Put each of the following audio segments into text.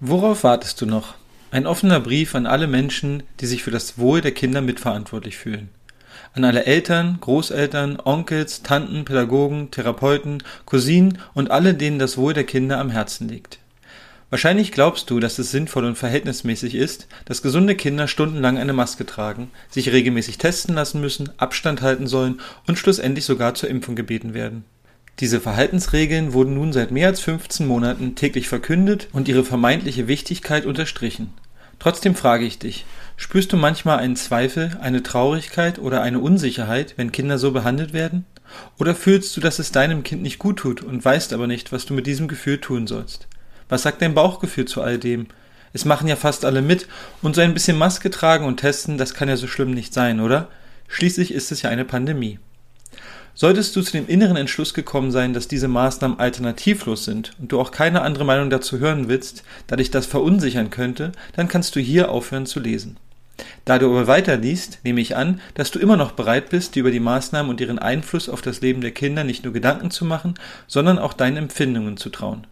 Worauf wartest du noch? Ein offener Brief an alle Menschen, die sich für das Wohl der Kinder mitverantwortlich fühlen. An alle Eltern, Großeltern, Onkels, Tanten, Pädagogen, Therapeuten, Cousinen und alle, denen das Wohl der Kinder am Herzen liegt. Wahrscheinlich glaubst du, dass es sinnvoll und verhältnismäßig ist, dass gesunde Kinder stundenlang eine Maske tragen, sich regelmäßig testen lassen müssen, Abstand halten sollen und schlussendlich sogar zur Impfung gebeten werden. Diese Verhaltensregeln wurden nun seit mehr als 15 Monaten täglich verkündet und ihre vermeintliche Wichtigkeit unterstrichen. Trotzdem frage ich dich, spürst du manchmal einen Zweifel, eine Traurigkeit oder eine Unsicherheit, wenn Kinder so behandelt werden? Oder fühlst du, dass es deinem Kind nicht gut tut und weißt aber nicht, was du mit diesem Gefühl tun sollst? Was sagt dein Bauchgefühl zu all dem? Es machen ja fast alle mit und so ein bisschen Maske tragen und testen, das kann ja so schlimm nicht sein, oder? Schließlich ist es ja eine Pandemie. Solltest du zu dem inneren Entschluss gekommen sein, dass diese Maßnahmen alternativlos sind und du auch keine andere Meinung dazu hören willst, da dich das verunsichern könnte, dann kannst du hier aufhören zu lesen. Da du aber weiterliest, nehme ich an, dass du immer noch bereit bist, dir über die Maßnahmen und ihren Einfluss auf das Leben der Kinder nicht nur Gedanken zu machen, sondern auch deinen Empfindungen zu trauen.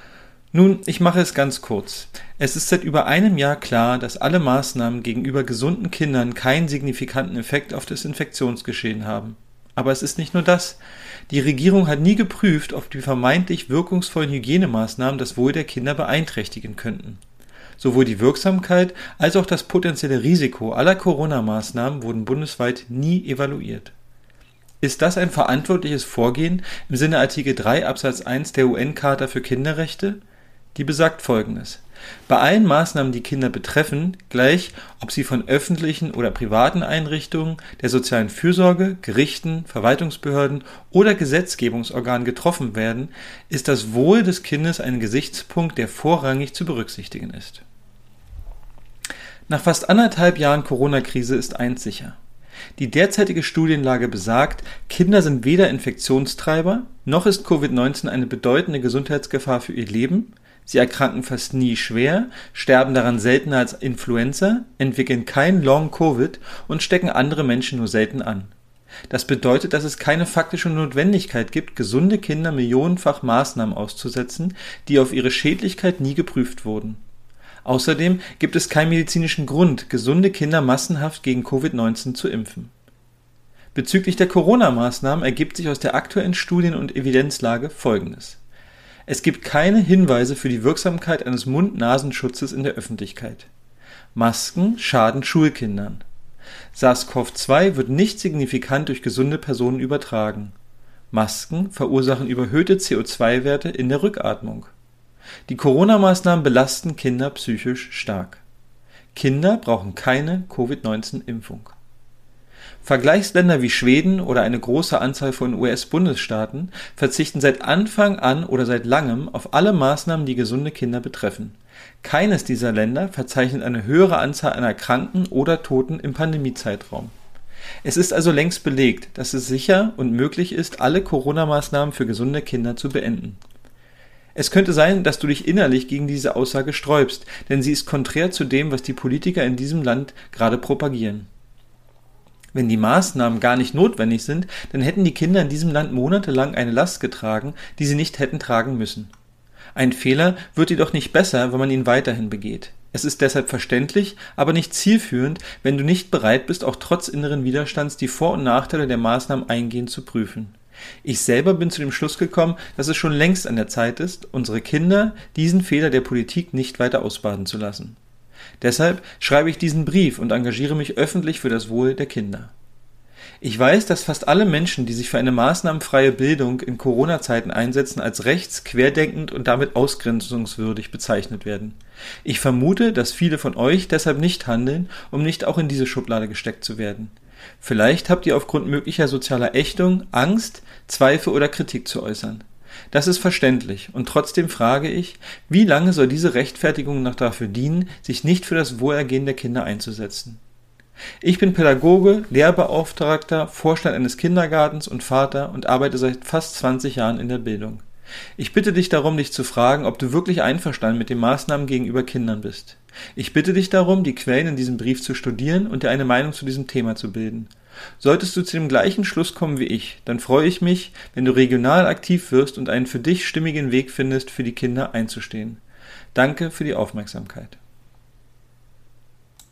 Nun, ich mache es ganz kurz. Es ist seit über einem Jahr klar, dass alle Maßnahmen gegenüber gesunden Kindern keinen signifikanten Effekt auf das Infektionsgeschehen haben. Aber es ist nicht nur das. Die Regierung hat nie geprüft, ob die vermeintlich wirkungsvollen Hygienemaßnahmen das Wohl der Kinder beeinträchtigen könnten. Sowohl die Wirksamkeit als auch das potenzielle Risiko aller Corona-Maßnahmen wurden bundesweit nie evaluiert. Ist das ein verantwortliches Vorgehen im Sinne Artikel 3 Absatz 1 der UN-Charta für Kinderrechte? Die besagt Folgendes: Bei allen Maßnahmen, die Kinder betreffen, gleich ob sie von öffentlichen oder privaten Einrichtungen, der sozialen Fürsorge, Gerichten, Verwaltungsbehörden oder Gesetzgebungsorganen getroffen werden, ist das Wohl des Kindes ein Gesichtspunkt, der vorrangig zu berücksichtigen ist. Nach fast 1,5 Jahren Corona-Krise ist eins sicher: Die derzeitige Studienlage besagt, Kinder sind weder Infektionstreiber, noch ist Covid-19 eine bedeutende Gesundheitsgefahr für ihr Leben. Sie erkranken fast nie schwer, sterben daran seltener als Influenza, entwickeln kein Long-Covid und stecken andere Menschen nur selten an. Das bedeutet, dass es keine faktische Notwendigkeit gibt, gesunde Kinder millionenfach Maßnahmen auszusetzen, die auf ihre Schädlichkeit nie geprüft wurden. Außerdem gibt es keinen medizinischen Grund, gesunde Kinder massenhaft gegen Covid-19 zu impfen. Bezüglich der Corona-Maßnahmen ergibt sich aus der aktuellen Studien- und Evidenzlage Folgendes: Es gibt keine Hinweise für die Wirksamkeit eines Mund-Nasenschutzes in der Öffentlichkeit. Masken schaden Schulkindern. SARS-CoV-2 wird nicht signifikant durch gesunde Personen übertragen. Masken verursachen überhöhte CO2-Werte in der Rückatmung. Die Corona-Maßnahmen belasten Kinder psychisch stark. Kinder brauchen keine Covid-19-Impfung. Vergleichsländer wie Schweden oder eine große Anzahl von US-Bundesstaaten verzichten seit Anfang an oder seit langem auf alle Maßnahmen, die gesunde Kinder betreffen. Keines dieser Länder verzeichnet eine höhere Anzahl an Erkrankten oder Toten im Pandemiezeitraum. Es ist also längst belegt, dass es sicher und möglich ist, alle Corona-Maßnahmen für gesunde Kinder zu beenden. Es könnte sein, dass du dich innerlich gegen diese Aussage sträubst, denn sie ist konträr zu dem, was die Politiker in diesem Land gerade propagieren. Wenn die Maßnahmen gar nicht notwendig sind, dann hätten die Kinder in diesem Land monatelang eine Last getragen, die sie nicht hätten tragen müssen. Ein Fehler wird jedoch nicht besser, wenn man ihn weiterhin begeht. Es ist deshalb verständlich, aber nicht zielführend, wenn du nicht bereit bist, auch trotz inneren Widerstands die Vor- und Nachteile der Maßnahmen eingehend zu prüfen. Ich selber bin zu dem Schluss gekommen, dass es schon längst an der Zeit ist, unsere Kinder diesen Fehler der Politik nicht weiter ausbaden zu lassen. Deshalb schreibe ich diesen Brief und engagiere mich öffentlich für das Wohl der Kinder. Ich weiß, dass fast alle Menschen, die sich für eine maßnahmenfreie Bildung in Corona-Zeiten einsetzen, als rechts, querdenkend und damit ausgrenzungswürdig bezeichnet werden. Ich vermute, dass viele von euch deshalb nicht handeln, um nicht auch in diese Schublade gesteckt zu werden. Vielleicht habt ihr aufgrund möglicher sozialer Ächtung Angst, Zweifel oder Kritik zu äußern. Das ist verständlich, und trotzdem frage ich, wie lange soll diese Rechtfertigung noch dafür dienen, sich nicht für das Wohlergehen der Kinder einzusetzen? Ich bin Pädagoge, Lehrbeauftragter, Vorstand eines Kindergartens und Vater und arbeite seit fast 20 Jahren in der Bildung. Ich bitte dich darum, dich zu fragen, ob du wirklich einverstanden mit den Maßnahmen gegenüber Kindern bist. Ich bitte dich darum, die Quellen in diesem Brief zu studieren und dir eine Meinung zu diesem Thema zu bilden. Solltest du zu dem gleichen Schluss kommen wie ich, dann freue ich mich, wenn du regional aktiv wirst und einen für dich stimmigen Weg findest, für die Kinder einzustehen. Danke für die Aufmerksamkeit.